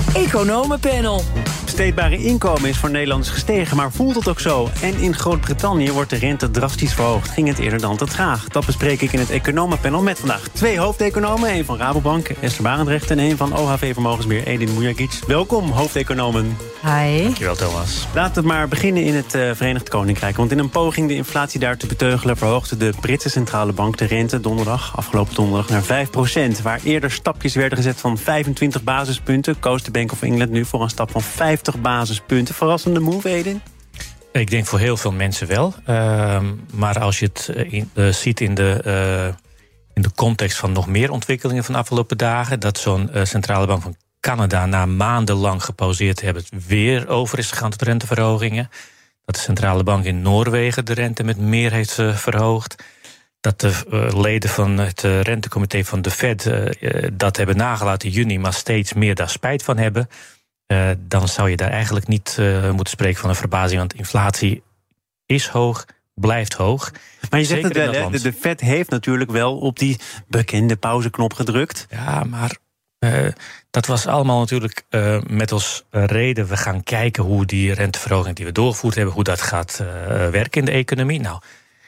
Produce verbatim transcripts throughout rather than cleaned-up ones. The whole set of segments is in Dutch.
Economenpanel. Besteedbare inkomen is voor Nederlanders gestegen, maar voelt het ook zo? En in Groot-Brittannië wordt de rente drastisch verhoogd. Ging het eerder dan te traag? Dat bespreek ik in het Economenpanel met vandaag twee hoofdeconomen. Één van Rabobank, Esther Barendrecht, en één van O H V Vermogensbeheer, Edin Mujagic. Welkom, hoofdeconomen. Hi. Dankjewel, Thomas. Laten we maar beginnen in het uh, Verenigd Koninkrijk. Want in een poging de inflatie daar te beteugelen verhoogde de Britse centrale bank de rente donderdag, afgelopen donderdag, naar vijf procent. Waar eerder stapjes werden gezet van vijfentwintig basispunten, koos de Bank of England nu voor een stap van vijftig basispunten. Verrassende move, Edin? Ik denk voor heel veel mensen wel. Uh, maar als je het in, uh, ziet in de, uh, in de context van nog meer ontwikkelingen van de afgelopen dagen, dat zo'n uh, centrale bank van Canada na maandenlang gepauzeerd te hebben weer over is gegaan tot renteverhogingen. Dat de centrale bank in Noorwegen de rente met meer heeft uh, verhoogd. Dat de uh, leden van het uh, rentecomité van de Fed uh, uh, dat hebben nagelaten in juni, maar steeds meer daar spijt van hebben. Uh, dan zou je daar eigenlijk niet uh, moeten spreken van een verbazing, want inflatie is hoog, blijft hoog. Maar je zegt het wel, hè? De, de Fed heeft natuurlijk wel op die bekende pauzeknop gedrukt. Ja, maar uh, dat was allemaal natuurlijk uh, met als reden, we gaan kijken hoe die renteverhoging die we doorgevoerd hebben, hoe dat gaat uh, werken in de economie. Nou,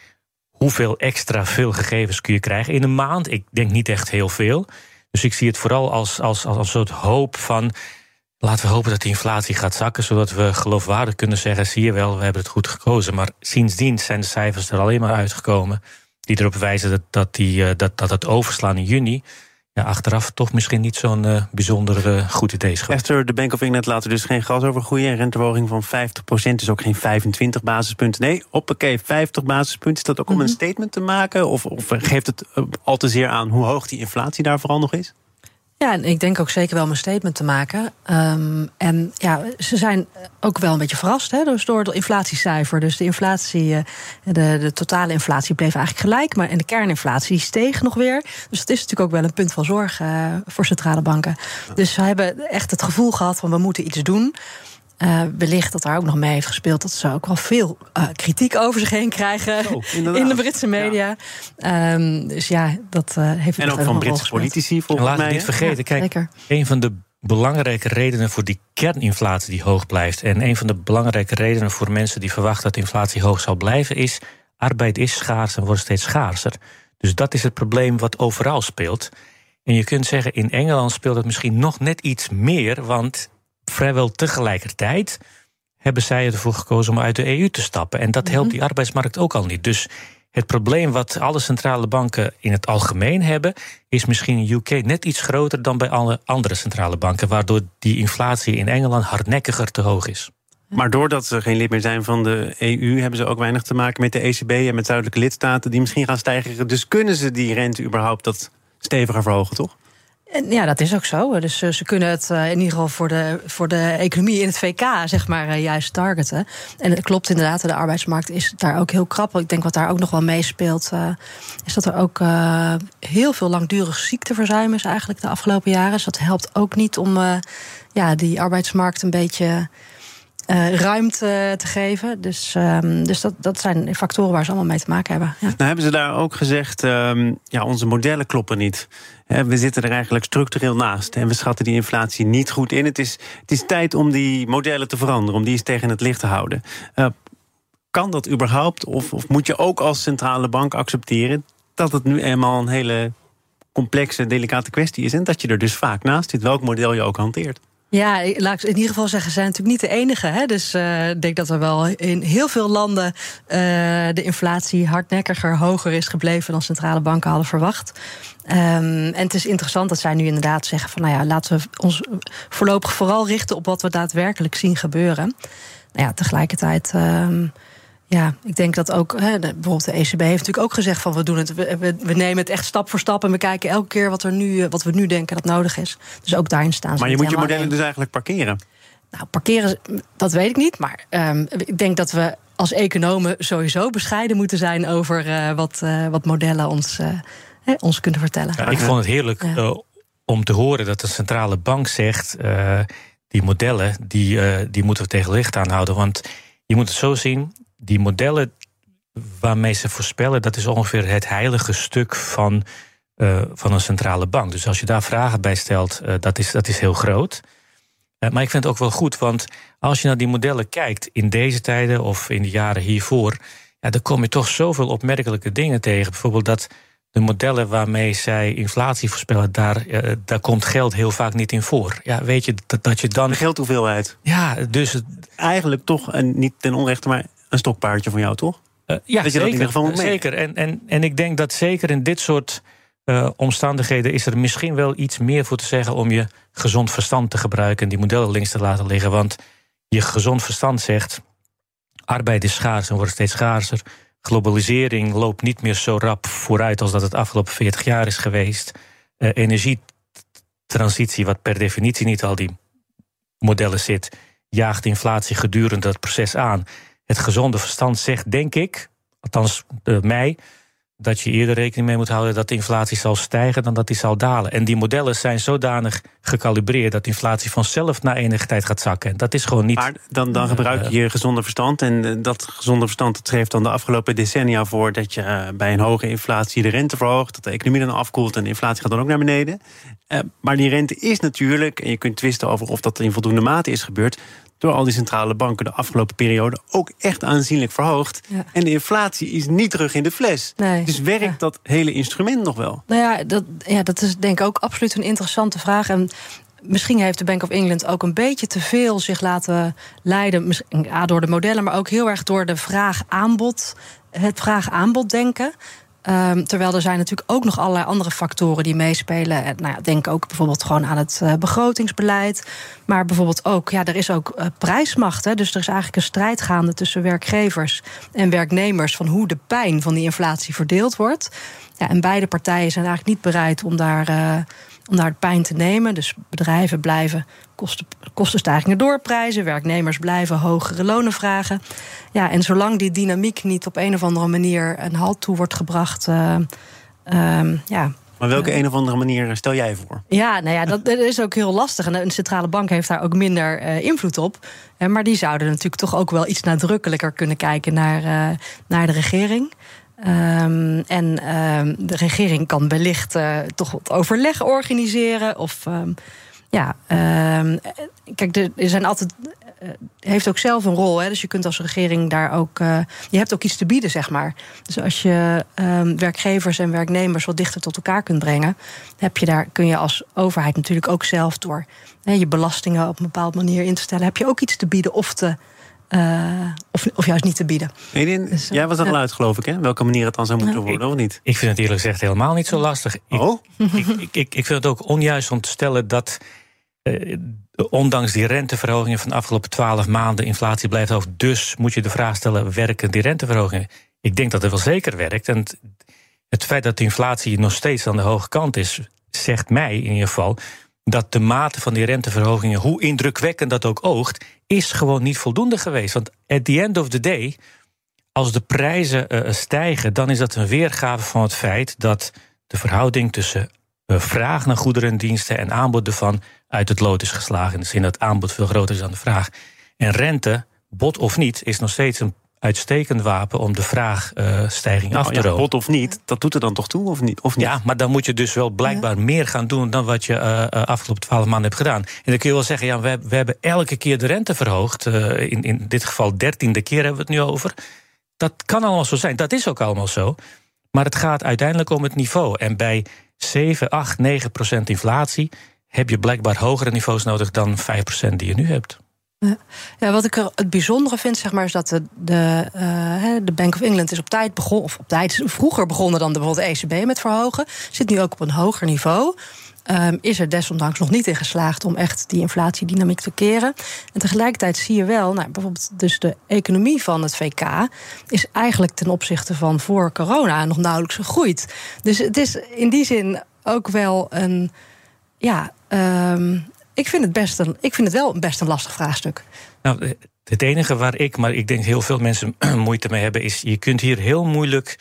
hoeveel extra veel gegevens kun je krijgen in een maand? Ik denk niet echt heel veel. Dus ik zie het vooral als, als, als een soort hoop van, laten we hopen dat de inflatie gaat zakken, zodat we geloofwaardig kunnen zeggen, zie je wel, we hebben het goed gekozen. Maar sindsdien zijn de cijfers er alleen maar uitgekomen die erop wijzen dat, dat, die, dat, dat het overslaan in juni ja, achteraf toch misschien niet zo'n uh, bijzonder uh, goed idee is geweest. Esther, de Bank of England laat er dus geen gas over groeien. Een renteverhoging van vijftig procent is ook geen vijfentwintig basispunten. Nee, hoppakee, vijftig basispunten. Is dat ook om mm-hmm. een statement te maken? Of, of geeft het uh, al te zeer aan hoe hoog die inflatie daar vooral nog is? Ja, en ik denk ook zeker wel om een statement te maken. Um, en ja, ze zijn ook wel een beetje verrast, hè, dus door het inflatiecijfer. Dus de inflatie, de, de totale inflatie bleef eigenlijk gelijk, maar en de kerninflatie steeg nog weer. Dus dat is natuurlijk ook wel een punt van zorg uh, voor centrale banken. Ja. Dus ze hebben echt het gevoel gehad van we moeten iets doen. Uh, wellicht dat daar ook nog mee heeft gespeeld dat ze ook wel veel uh, kritiek over zich heen krijgen oh, in de Britse media. Ja. Um, dus ja, dat uh, heeft en ook van Britse politici volgens mij. Laat het niet vergeten, ja, kijk, zeker. Een van de belangrijke redenen voor die kerninflatie die hoog blijft, en een van de belangrijke redenen voor mensen die verwachten dat inflatie hoog zal blijven, is arbeid is schaars en wordt steeds schaarser. Dus dat is het probleem wat overal speelt. En je kunt zeggen, in Engeland speelt het misschien nog net iets meer, want vrijwel tegelijkertijd hebben zij ervoor gekozen om uit de E U te stappen. En dat helpt die arbeidsmarkt ook al niet. Dus het probleem wat alle centrale banken in het algemeen hebben, is misschien in U K net iets groter dan bij alle andere centrale banken, waardoor die inflatie in Engeland hardnekkiger te hoog is. Maar doordat ze geen lid meer zijn van de E U, hebben ze ook weinig te maken met de E C B en met zuidelijke lidstaten die misschien gaan stijgen. Dus kunnen ze die rente überhaupt dat steviger verhogen, toch? Ja, dat is ook zo. Dus uh, ze kunnen het uh, in ieder geval voor de, voor de economie in het V K zeg maar uh, juist targeten. En het klopt inderdaad, de arbeidsmarkt is daar ook heel krap. Ik denk wat daar ook nog wel meespeelt, uh, is dat er ook uh, heel veel langdurig ziekteverzuim is eigenlijk de afgelopen jaren. Dus dat helpt ook niet om uh, ja, die arbeidsmarkt een beetje Uh, ruimte te geven. Dus, um, dus dat, dat zijn factoren waar ze allemaal mee te maken hebben. Ja. Nou hebben ze daar ook gezegd, um, ja, onze modellen kloppen niet. He, we zitten er eigenlijk structureel naast. En we schatten die inflatie niet goed in. Het is, het is tijd om die modellen te veranderen, om die eens tegen het licht te houden. Uh, kan dat überhaupt? Of, of moet je ook als centrale bank accepteren dat het nu eenmaal een hele complexe, delicate kwestie is en dat je er dus vaak naast zit, welk model je ook hanteert? Ja, laat ik in ieder geval zeggen, ze zijn natuurlijk niet de enige. Hè? Dus uh, ik denk dat er wel in heel veel landen uh, de inflatie hardnekkiger hoger is gebleven dan centrale banken hadden verwacht. Um, en het is interessant dat zij nu inderdaad zeggen van, nou ja, laten we ons voorlopig vooral richten op wat we daadwerkelijk zien gebeuren. Nou ja, tegelijkertijd, Um, ja, ik denk dat ook, hè, bijvoorbeeld de E C B heeft natuurlijk ook gezegd van we doen het, we, we, we nemen het echt stap voor stap en we kijken elke keer wat er nu, wat we nu denken dat nodig is. Dus ook daarin staan ze. Maar je moet je modellen in. dus eigenlijk parkeren. Nou, parkeren, dat weet ik niet, maar um, ik denk dat we als economen sowieso bescheiden moeten zijn over uh, wat, uh, wat modellen ons, uh, hè, ons kunnen vertellen. Ja, ik vond het heerlijk ja. uh, om te horen dat de centrale bank zegt, uh, die modellen, die, uh, die moeten we tegen licht aanhouden. Want je moet het zo zien, die modellen waarmee ze voorspellen, dat is ongeveer het heilige stuk van, uh, van een centrale bank. Dus als je daar vragen bij stelt, uh, dat, is, dat is heel groot. Uh, maar ik vind het ook wel goed, want als je naar die modellen kijkt in deze tijden of in de jaren hiervoor, ja, dan kom je toch zoveel opmerkelijke dingen tegen. Bijvoorbeeld dat de modellen waarmee zij inflatie voorspellen, daar, uh, daar komt geld heel vaak niet in voor. Ja, weet je, dat, dat je dan... De geldhoeveelheid. Ja, dus... Het... Eigenlijk toch, en niet ten onrechte, maar een stokpaardje van jou, toch? Uh, ja, dat je zeker. Dat in ieder geval moet zeker. En, en, en ik denk dat zeker in dit soort uh, omstandigheden is er misschien wel iets meer voor te zeggen om je gezond verstand te gebruiken en die modellen links te laten liggen. Want je gezond verstand zegt, arbeid is schaars en wordt steeds schaarser. Globalisering loopt niet meer zo rap vooruit als dat het afgelopen veertig jaar is geweest. Uh, energietransitie, wat per definitie niet al die modellen zit, jaagt inflatie gedurende dat proces aan. Het gezonde verstand zegt, denk ik, althans uh, mij, dat je eerder rekening mee moet houden dat de inflatie zal stijgen dan dat die zal dalen. En die modellen zijn zodanig gecalibreerd dat inflatie vanzelf na enige tijd gaat zakken. En dat is gewoon niet... Maar dan, dan gebruik je je gezonde verstand. En dat gezonde verstand dat geeft dan de afgelopen decennia voor dat je uh, bij een hoge inflatie de rente verhoogt, dat de economie dan afkoelt en de inflatie gaat dan ook naar beneden. Uh, maar die rente is natuurlijk, en je kunt twisten over of dat in voldoende mate is gebeurd, door al die centrale banken de afgelopen periode ook echt aanzienlijk verhoogd. Ja. En de inflatie is niet terug in de fles. Nee. Dus werkt ja. dat hele instrument nog wel? Nou ja dat, ja, dat is denk ik ook absoluut een interessante vraag. En misschien heeft de Bank of England ook een beetje te veel zich laten leiden, ja, door de modellen, maar ook heel erg door de vraag-aanbod, het vraag-aanbod denken. Um, terwijl er zijn natuurlijk ook nog allerlei andere factoren die meespelen. En, nou ja, denk ook bijvoorbeeld gewoon aan het uh, begrotingsbeleid. Maar bijvoorbeeld ook, ja, er is ook uh, prijsmacht. Hè, dus er is eigenlijk een strijd gaande tussen werkgevers en werknemers van hoe de pijn van die inflatie verdeeld wordt. Ja, en beide partijen zijn eigenlijk niet bereid om daar, uh, om daar de pijn te nemen. Dus bedrijven blijven kosten, kostenstijgingen doorprijzen. Werknemers blijven hogere lonen vragen. Ja, en zolang die dynamiek niet op een of andere manier een halt toe wordt gebracht. Uh, um, ja, maar welke uh, een of andere manier stel jij voor? Ja, nou ja, dat, dat is ook heel lastig. En een centrale bank heeft daar ook minder uh, invloed op. Uh, maar die zouden natuurlijk toch ook wel iets nadrukkelijker kunnen kijken naar, uh, naar de regering. Um, en um, de regering kan wellicht uh, toch wat overleg organiseren. Of um, ja, um, kijk, er zijn altijd. Uh, heeft ook zelf een rol. Hè? Dus je kunt als regering daar ook. Uh, je hebt ook iets te bieden, zeg maar. Dus als je um, werkgevers en werknemers wat dichter tot elkaar kunt brengen, heb je daar, kun je als overheid natuurlijk ook zelf door hè, je belastingen op een bepaalde manier in te stellen, heb je ook iets te bieden of te. Uh, of, of juist niet te bieden. Edin, dus, uh, jij was er al uit, geloof ik, hè? Welke manier het dan zou moeten worden, ik, of niet? Ik vind het eerlijk gezegd helemaal niet zo lastig. Ik, oh? ik, ik, ik, ik vind het ook onjuist om te stellen dat Uh, ondanks die renteverhogingen van de afgelopen twaalf maanden inflatie blijft hoog. Dus moet je de vraag stellen, werken die renteverhogingen? Ik denk dat het wel zeker werkt. En het, het feit dat de inflatie nog steeds aan de hoge kant is, zegt mij in ieder geval dat de mate van die renteverhogingen, hoe indrukwekkend dat ook oogt, is gewoon niet voldoende geweest. Want at the end of the day, als de prijzen uh, stijgen, dan is dat een weergave van het feit dat de verhouding tussen uh, vraag naar goederen en diensten en aanbod ervan uit het lood is geslagen. In de zin dat het aanbod veel groter is dan de vraag. En rente, bot of niet, is nog steeds een uitstekend wapen om de vraagstijging uh, af te nou, ja, romen. Bot of niet, dat doet er dan toch toe, of niet? Of niet? Ja, maar dan moet je dus wel blijkbaar ja. meer gaan doen dan wat je uh, afgelopen twaalf maanden hebt gedaan. En dan kun je wel zeggen, ja, we, we hebben elke keer de rente verhoogd. Uh, in, in dit geval dertiende keer hebben we het nu over. Dat kan allemaal zo zijn, dat is ook allemaal zo. Maar het gaat uiteindelijk om het niveau. En bij zeven, acht, negen procent inflatie heb je blijkbaar hogere niveaus nodig dan vijf procent die je nu hebt. Ja. ja, wat ik er het bijzondere vind, zeg maar, is dat de, de, uh, de Bank of England is op tijd begonnen, of op tijd vroeger begonnen dan de, bijvoorbeeld de E C B met verhogen. Zit nu ook op een hoger niveau. Um, is er desondanks nog niet in geslaagd om echt die inflatiedynamiek te keren. En tegelijkertijd zie je wel, nou, bijvoorbeeld dus de economie van het V K is eigenlijk ten opzichte van voor corona nog nauwelijks gegroeid. Dus het is in die zin ook wel een, ja, um, ik vind het best een, ik vind het wel best een lastig vraagstuk. Nou, het enige waar ik, maar ik denk heel veel mensen moeite mee hebben, is je kunt hier heel moeilijk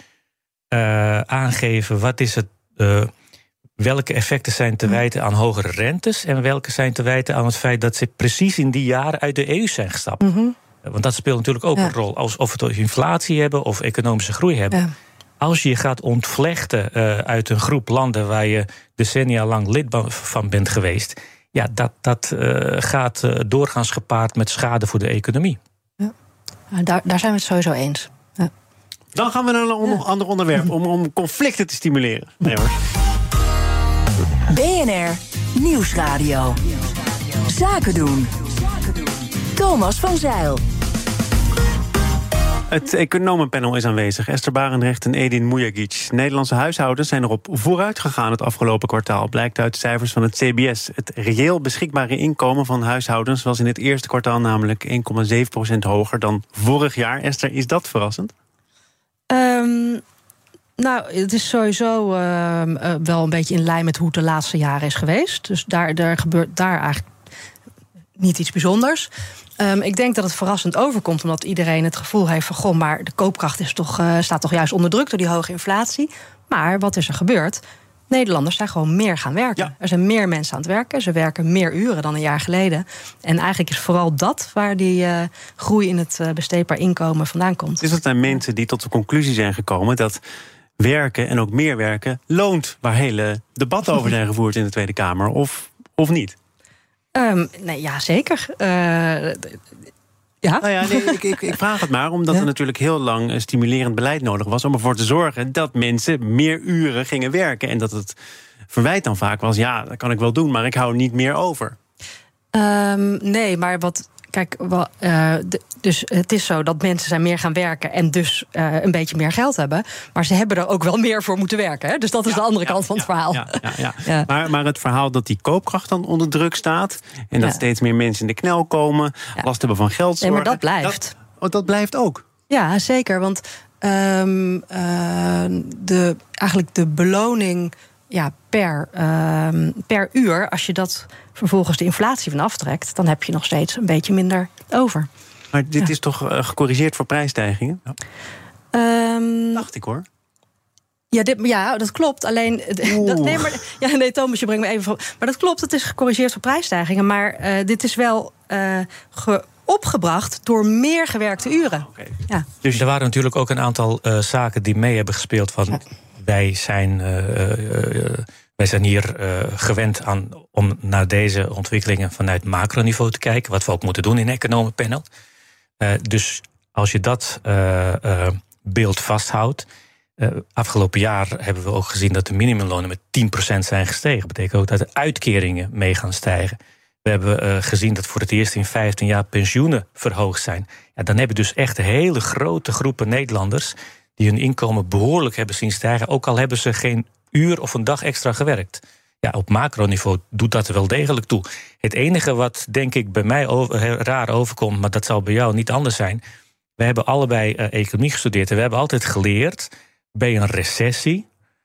uh, aangeven wat is het. Uh, Welke effecten zijn te wijten aan hogere rentes en welke zijn te wijten aan het feit dat ze precies in die jaren uit de E U zijn gestapt? Mm-hmm. Want dat speelt natuurlijk ook ja. een rol. Als of we inflatie hebben of economische groei hebben. Ja. Als je je gaat ontvlechten uh, uit een groep landen waar je decennia lang lid van bent geweest, ja, dat, dat uh, gaat uh, doorgaans gepaard met schade voor de economie. Ja. Daar, daar zijn we het sowieso eens. Ja. Dan gaan we naar een on- ja. ander onderwerp, om, om conflicten te stimuleren. Nee, hoor. B N R Nieuwsradio. Zaken doen. Thomas van Zeil. Het economenpanel is aanwezig. Esther Barendrecht en Edin Mujagic. Nederlandse huishoudens zijn erop vooruit gegaan het afgelopen kwartaal. Blijkt uit cijfers van het C B S. Het reëel beschikbare inkomen van huishoudens was in het eerste kwartaal namelijk één komma zeven procent hoger dan vorig jaar. Esther, is dat verrassend? Um, nou, het is sowieso uh, uh, wel een beetje in lijn met hoe het de laatste jaren is geweest. Dus daar, daar gebeurt daar eigenlijk niet iets bijzonders. Um, ik denk dat het verrassend overkomt, omdat iedereen het gevoel heeft van goh, maar de koopkracht is toch, uh, staat toch juist onder druk door die hoge inflatie. Maar wat is er gebeurd? Nederlanders zijn gewoon meer gaan werken. Ja. Er zijn meer mensen aan het werken. Ze werken meer uren dan een jaar geleden. En eigenlijk is vooral dat waar die uh, groei in het uh, besteedbaar inkomen vandaan komt. Dus dat zijn mensen die tot de conclusie zijn gekomen dat werken en ook meer werken loont, waar hele debatten over zijn gevoerd in de Tweede Kamer, of, of niet? Um, nee, ja, zeker. Uh, ja. Nou ja, nee, ik, ik, ik vraag het maar, omdat ja. er natuurlijk heel lang een stimulerend beleid nodig was om ervoor te zorgen dat mensen meer uren gingen werken. En dat het verwijt dan vaak was, ja, dat kan ik wel doen, maar ik hou niet meer over. Um, nee, maar wat... Kijk, wel, uh, de, dus het is zo dat mensen zijn meer gaan werken en dus uh, een beetje meer geld hebben. Maar ze hebben er ook wel meer voor moeten werken. Hè? Dus dat is ja, de andere ja, kant van ja, het verhaal. Ja, ja, ja. Ja. Maar, maar het verhaal dat die koopkracht dan onder druk staat en dat ja. steeds meer mensen in de knel komen, ja. last hebben van geldzorgen. Nee, maar dat blijft. Dat, oh, dat blijft ook. Ja, zeker. Want um, uh, de, eigenlijk de beloning ja, per, uh, per uur, als je dat vervolgens de inflatie van aftrekt, dan heb je nog steeds een beetje minder over. Maar dit ja. is toch uh, gecorrigeerd voor prijsstijgingen? Ja. Um, Dacht ik, hoor. Ja, dit, ja, dat klopt. Alleen, dat, nee, maar, ja, nee, Thomas, je brengt me even voor. Maar dat klopt, het is gecorrigeerd voor prijsstijgingen. Maar uh, dit is wel uh, ge, opgebracht door meer gewerkte uren. Okay. Ja. Dus er waren natuurlijk ook een aantal uh, zaken die mee hebben gespeeld van ja. wij zijn. Uh, uh, uh, Wij zijn hier uh, gewend aan om naar deze ontwikkelingen vanuit macroniveau te kijken, wat we ook moeten doen in economenpanel. Uh, dus als je dat uh, uh, beeld vasthoudt. Uh, afgelopen jaar hebben we ook gezien dat de minimumlonen met tien procent zijn gestegen. Dat betekent ook dat de uitkeringen mee gaan stijgen. We hebben uh, gezien dat voor het eerst in vijftien jaar pensioenen verhoogd zijn. Ja, dan hebben dus echt hele grote groepen Nederlanders die hun inkomen behoorlijk hebben zien stijgen, ook al hebben ze geen uur of een dag extra gewerkt. Ja, op macroniveau doet dat er wel degelijk toe. Het enige wat, denk ik, bij mij over, raar overkomt, maar dat zal bij jou niet anders zijn. We hebben allebei uh, economie gestudeerd en we hebben altijd geleerd, bij een recessie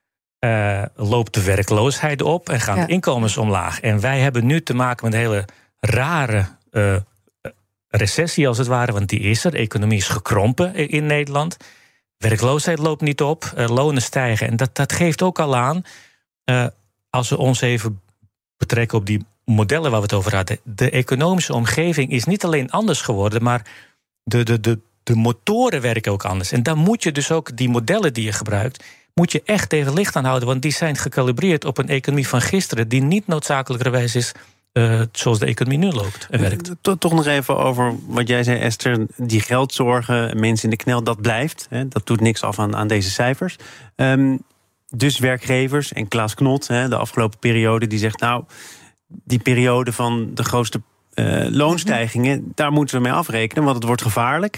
uh, loopt de werkloosheid op en gaan ja. de inkomens omlaag. En wij hebben nu te maken met een hele rare uh, recessie, als het ware, want die is er. De economie is gekrompen in Nederland. Werkloosheid loopt niet op, uh, lonen stijgen. En dat, dat geeft ook al aan, uh, als we ons even betrekken op die modellen waar we het over hadden. De economische omgeving is niet alleen anders geworden, maar de, de, de, de motoren werken ook anders. En dan moet je dus ook die modellen die je gebruikt, moet je echt tegen licht aanhouden. Want die zijn gecalibreerd op een economie van gisteren die niet noodzakelijkerwijs is Uh, zoals de economie nu loopt en werkt. Toch, toch nog even over wat jij zei, Esther. Die geldzorgen, mensen in de knel, dat blijft. Hè, dat doet niks af aan, aan deze cijfers. Um, dus werkgevers en Klaas Knot, hè, de afgelopen periode, die zegt, nou, die periode van de grootste uh, loonstijgingen, mm-hmm. daar moeten we mee afrekenen, want het wordt gevaarlijk.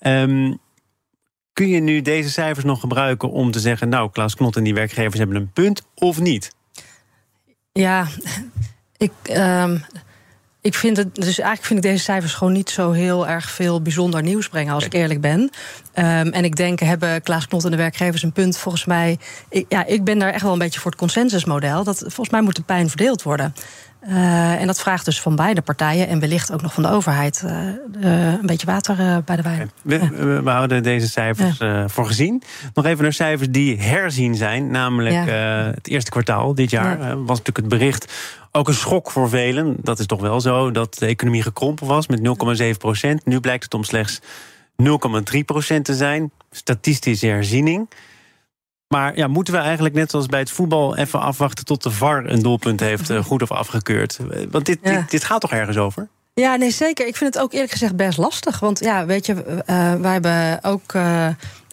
Um, kun je nu deze cijfers nog gebruiken om te zeggen, nou, Klaas Knot en die werkgevers hebben een punt, of niet? Ja, ik, um, ik vind het, dus eigenlijk vind ik deze cijfers gewoon niet zo heel erg veel bijzonder nieuws brengen, als ik eerlijk ben. Um, en ik denk, hebben Klaas Knot en de werkgevers een punt? Volgens mij, ik, ja, ik ben daar echt wel een beetje voor het consensusmodel. Dat volgens mij moet de pijn verdeeld worden. Uh, en dat vraagt dus van beide partijen en wellicht ook nog van de overheid uh, uh, een beetje water uh, bij de wijn. We, ja. we, we houden deze cijfers ja. uh, voor gezien. Nog even naar cijfers die herzien zijn, namelijk ja. uh, het eerste kwartaal dit jaar. Ja. Uh, was natuurlijk het bericht ook een schok voor velen. Dat is toch wel zo, dat de economie gekrompen was met nul komma zeven procent. Nu blijkt het om slechts nul komma drie procent te zijn. Statistische herziening. Maar ja, moeten we eigenlijk net zoals bij het voetbal even afwachten tot de V A R een doelpunt heeft uh, goed of afgekeurd? Want dit, ja. dit, dit gaat toch ergens over? Ja, nee, zeker. Ik vind het ook eerlijk gezegd best lastig. Want ja, weet je, uh, wij hebben ook uh,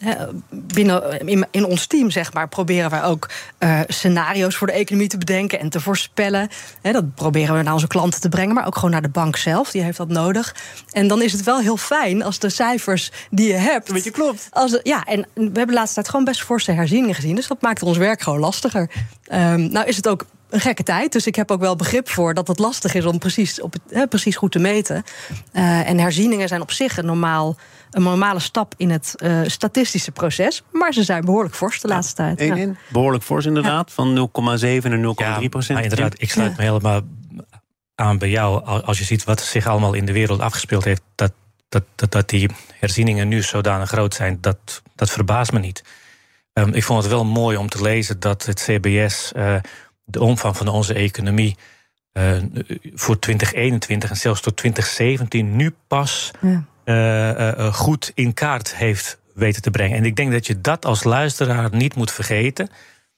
binnen in, in ons team, zeg maar, proberen wij ook uh, scenario's voor de economie te bedenken en te voorspellen. He, dat proberen we naar onze klanten te brengen, maar ook gewoon naar de bank zelf. Die heeft dat nodig. En dan is het wel heel fijn als de cijfers die je hebt. Een beetje klopt. Als de, ja, en we hebben de laatste tijd gewoon best forse herzieningen gezien. Dus dat maakt ons werk gewoon lastiger. Um, nou is het ook een gekke tijd, dus ik heb ook wel begrip voor dat het lastig is om precies, op het, he, precies goed te meten. Uh, en herzieningen zijn op zich een, normaal, een normale stap in het uh, statistische proces, maar ze zijn behoorlijk fors de laatste ja, tijd. Ja. Behoorlijk fors inderdaad, ja. Van nul komma zeven naar nul komma drie procent. Ja, inderdaad, ik sluit ja. me helemaal aan bij jou. Als je ziet wat zich allemaal in de wereld afgespeeld heeft, dat, dat, dat, dat die herzieningen nu zodanig groot zijn, dat, dat verbaast me niet. Um, ik vond het wel mooi om te lezen dat het C B S Uh, de omvang van onze economie uh, voor twintig eenentwintig en zelfs tot twintig zeventien nu pas ja. uh, uh, goed in kaart heeft weten te brengen. En ik denk dat je dat als luisteraar niet moet vergeten.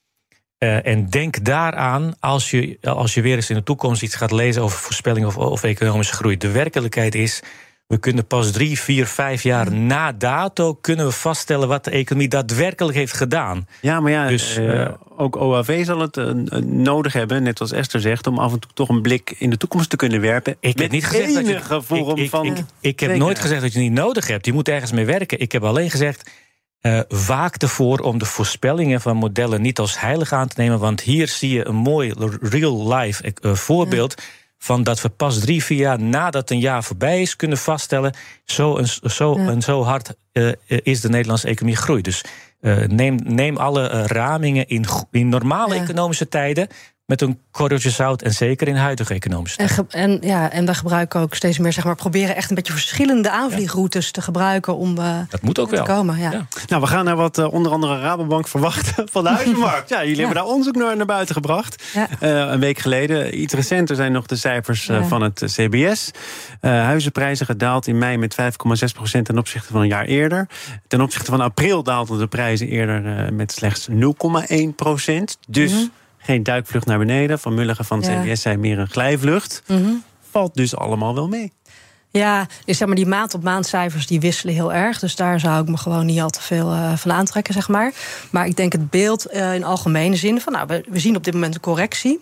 Uh, en denk daaraan als je, als je weer eens in de toekomst iets gaat lezen over voorspelling of, of economische groei. De werkelijkheid is, we kunnen pas drie, vier, vijf jaar ja. na dato kunnen we vaststellen wat de economie daadwerkelijk heeft gedaan. Ja, maar ja, dus, uh, ook O A V zal het uh, nodig hebben, net als Esther zegt, om af en toe toch een blik in de toekomst te kunnen werpen. Ik heb niet gezegd dat je, vorm ik, ik, van. Ik, ik, ik heb nooit gezegd dat je het niet nodig hebt. Je moet ergens mee werken. Ik heb alleen gezegd, uh, waak ervoor om de voorspellingen van modellen niet als heilig aan te nemen, want hier zie je een mooi real-life uh, voorbeeld. Ja. Van dat we pas drie, vier jaar nadat een jaar voorbij is kunnen vaststellen, zo en zo, ja. en zo hard uh, is de Nederlandse economie groei. Dus uh, neem, neem alle uh, ramingen in, in normale ja. economische tijden met een korreltje zout en zeker in huidige economische tijden. En, ge- en, ja, en we gebruiken ook steeds meer, zeg maar, proberen echt een beetje verschillende aanvliegroutes ja. te gebruiken om uh, dat moet ook wel. te komen. Ja. Ja. Nou, we gaan naar wat uh, onder andere Rabobank verwachten van de huizenmarkt. Ja, jullie ja. hebben daar onderzoek naar, naar buiten gebracht. Ja. Uh, een week geleden. Iets recenter zijn nog de cijfers uh, ja. van het C B S. Uh, huizenprijzen gedaald in mei met vijf komma zes procent ten opzichte van een jaar eerder. Ten opzichte van april daalden de prijzen eerder uh, met slechts nul komma één procent. Dus mm-hmm. geen duikvlucht naar beneden. Van Mulligen van het ja. C B S zei meer een glijvlucht. Mm-hmm. Valt dus allemaal wel mee. Ja, dus zeg maar, die maand-op-maand cijfers die wisselen heel erg. Dus daar zou ik me gewoon niet al te veel uh, van aantrekken, zeg maar. Maar ik denk het beeld uh, in algemene zin van, nou, we, we zien op dit moment een correctie.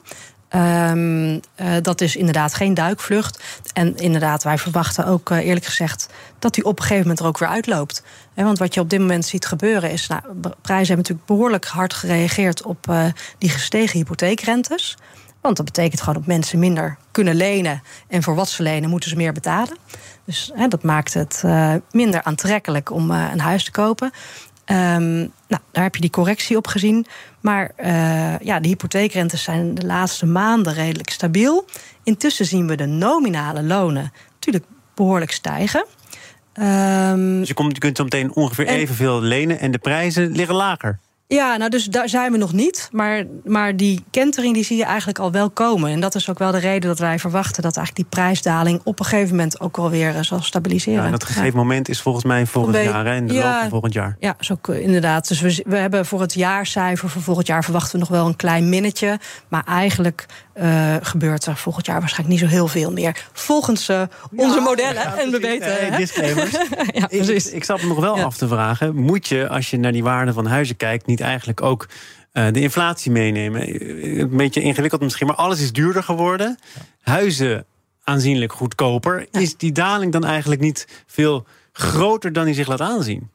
Um, uh, dat is inderdaad geen duikvlucht. En inderdaad, wij verwachten ook uh, eerlijk gezegd dat die op een gegeven moment er ook weer uitloopt. He, want wat je op dit moment ziet gebeuren is, nou, prijzen hebben natuurlijk behoorlijk hard gereageerd op uh, die gestegen hypotheekrentes. Want dat betekent gewoon dat mensen minder kunnen lenen. En voor wat ze lenen moeten ze meer betalen. Dus he, dat maakt het uh, minder aantrekkelijk om uh, een huis te kopen. Um, nou, daar heb je die correctie op gezien. Maar uh, ja, de hypotheekrentes zijn de laatste maanden redelijk stabiel. Intussen zien we de nominale lonen natuurlijk behoorlijk stijgen. Um, dus je, komt, je kunt zo meteen ongeveer en, evenveel lenen en de prijzen liggen lager. Ja, nou, dus daar zijn we nog niet. Maar, maar die kentering die zie je eigenlijk al wel komen. En dat is ook wel de reden dat wij verwachten dat eigenlijk die prijsdaling op een gegeven moment ook wel weer zal stabiliseren. Ja, en dat gegeven ja. moment is volgens mij volgend we, jaar, hè, in de ja, loop van volgend jaar. Ja, zo, inderdaad. Dus we, we hebben voor het jaarcijfer voor volgend jaar verwachten we nog wel een klein minnetje. Maar eigenlijk uh, gebeurt er volgend jaar waarschijnlijk niet zo heel veel meer. Volgens uh, onze ja, modellen. Ja, en we weten. Uh, disclaimers. ja, ik, ik zat me nog wel ja. af te vragen. Moet je, als je naar die waarde van huizen kijkt, niet eigenlijk ook uh, de inflatie meenemen? Een beetje ingewikkeld misschien, maar alles is duurder geworden. Ja. Huizen aanzienlijk goedkoper. Ja. Is die daling dan eigenlijk niet veel groter dan die zich laat aanzien?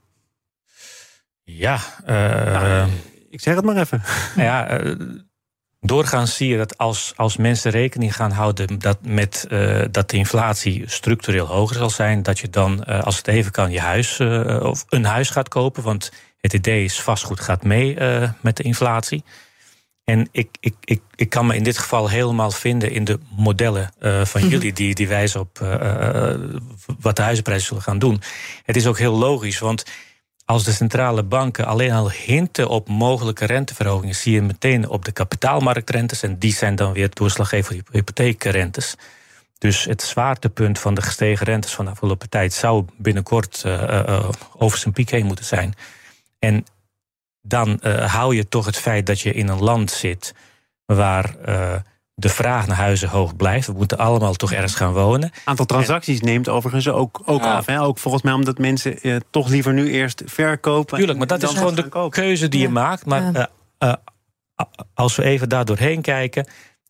Ja. Uh, nou, ik zeg het maar even. Ja, uh, doorgaans zie je dat als, als mensen rekening gaan houden dat met uh, dat de inflatie structureel hoger zal zijn, dat je dan, uh, als het even kan, je huis uh, of een huis gaat kopen. Want het idee is, vastgoed gaat mee uh, met de inflatie. En ik, ik, ik, ik kan me in dit geval helemaal vinden in de modellen uh, van mm-hmm. jullie, die, die wijzen op uh, uh, wat de huizenprijzen zullen gaan doen. Het is ook heel logisch, want als de centrale banken alleen al hinten op mogelijke renteverhogingen, zie je meteen op de kapitaalmarktrentes, en die zijn dan weer doorslaggevend voor hypotheekrentes. Dus het zwaartepunt van de gestegen rentes van de afgelopen tijd zou binnenkort uh, uh, over zijn piek heen moeten zijn. En dan uh, hou je toch het feit dat je in een land zit waar uh, de vraag naar huizen hoog blijft. We moeten allemaal toch ergens gaan wonen. Het aantal transacties en, neemt overigens ook, ook ja. af. Hè? Ook volgens mij omdat mensen uh, toch liever nu eerst verkopen. Tuurlijk, maar dat is gewoon de kopen. keuze die ja. je maakt. Maar ja. uh, uh, als we even daar doorheen kijken,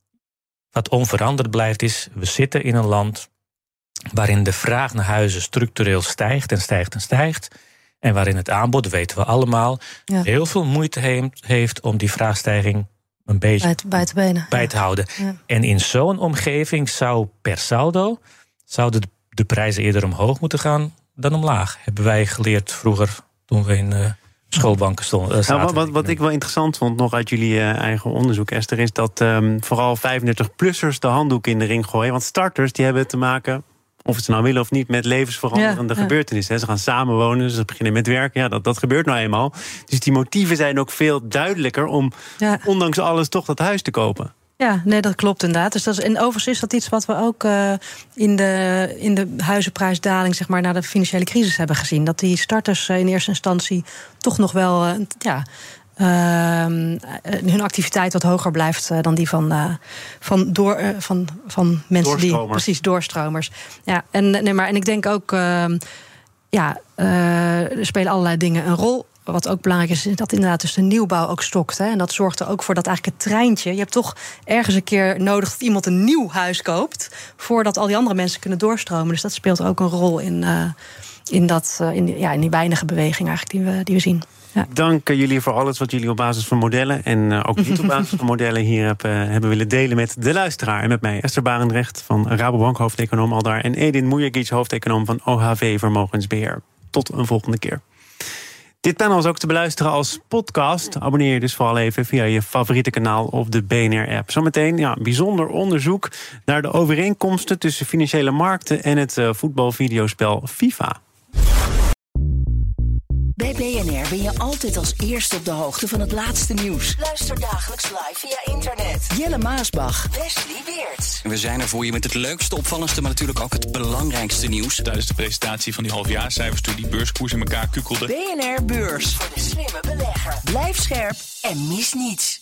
wat onveranderd blijft is, we zitten in een land waarin de vraag naar huizen structureel stijgt en stijgt en stijgt. En waarin het aanbod, dat weten we allemaal, ja. heel veel moeite heeft om die vraagstijging een beetje bij te, bij te, benen, bij te ja. houden. Ja. En in zo'n omgeving zou per saldo zouden de, de prijzen eerder omhoog moeten gaan dan omlaag. Hebben wij geleerd vroeger toen we in uh, schoolbanken stonden. Uh, nou, wat, wat ik wel interessant vond nog uit jullie uh, eigen onderzoek, Esther, is dat um, vooral vijfendertig-plussers de handdoek in de ring gooien. Want starters die hebben te maken, of ze nou willen of niet, met levensveranderende ja, ja. gebeurtenissen. Ze gaan samenwonen, ze beginnen met werken. Ja, dat, dat gebeurt nou eenmaal. Dus die motieven zijn ook veel duidelijker om, ja. ondanks alles, toch dat huis te kopen. Ja, nee, dat klopt inderdaad. Dus dat is, en overigens is dat iets wat we ook uh, in, de, in de huizenprijsdaling, zeg maar, na de financiële crisis hebben gezien. Dat die starters uh, in eerste instantie toch nog wel uh, ja, Uh, hun activiteit wat hoger blijft uh, dan die van, uh, van, door, uh, van, van mensen die precies doorstromers. Ja, en, nee, maar, en ik denk ook, uh, ja, uh, er spelen allerlei dingen een rol. Wat ook belangrijk is, is dat inderdaad dus de nieuwbouw ook stokt. Hè? En dat zorgt er ook voor dat eigenlijk het treintje, je hebt toch ergens een keer nodig dat iemand een nieuw huis koopt voordat al die andere mensen kunnen doorstromen. Dus dat speelt ook een rol in, uh, in, dat, uh, in, die, ja, in die weinige beweging eigenlijk die we, die we zien. Ja. Dank jullie voor alles wat jullie op basis van modellen en uh, ook niet op basis van modellen hier heb, uh, hebben willen delen met de luisteraar. En met mij Esther Barendrecht van Rabobank, hoofdeconoom Aldaar, en Edin Mujagic, hoofdeconoom van O H V Vermogensbeheer. Tot een volgende keer. Dit panel is ook te beluisteren als podcast. Abonneer je dus vooral even via je favoriete kanaal of de B N R-app. Zometeen ja, bijzonder onderzoek naar de overeenkomsten tussen financiële markten en het uh, voetbalvideospel FIFA. Bij B N R ben je altijd als eerste op de hoogte van het laatste nieuws. Luister dagelijks live via internet. Jelle Maasbach, Wesley Weerts. We zijn er voor je met het leukste, opvallendste, maar natuurlijk ook het belangrijkste nieuws. Tijdens de presentatie van die halfjaarcijfers toen die beurskoers in elkaar kukkelde. B N R Beurs. Voor de slimme belegger. Blijf scherp en mis niets.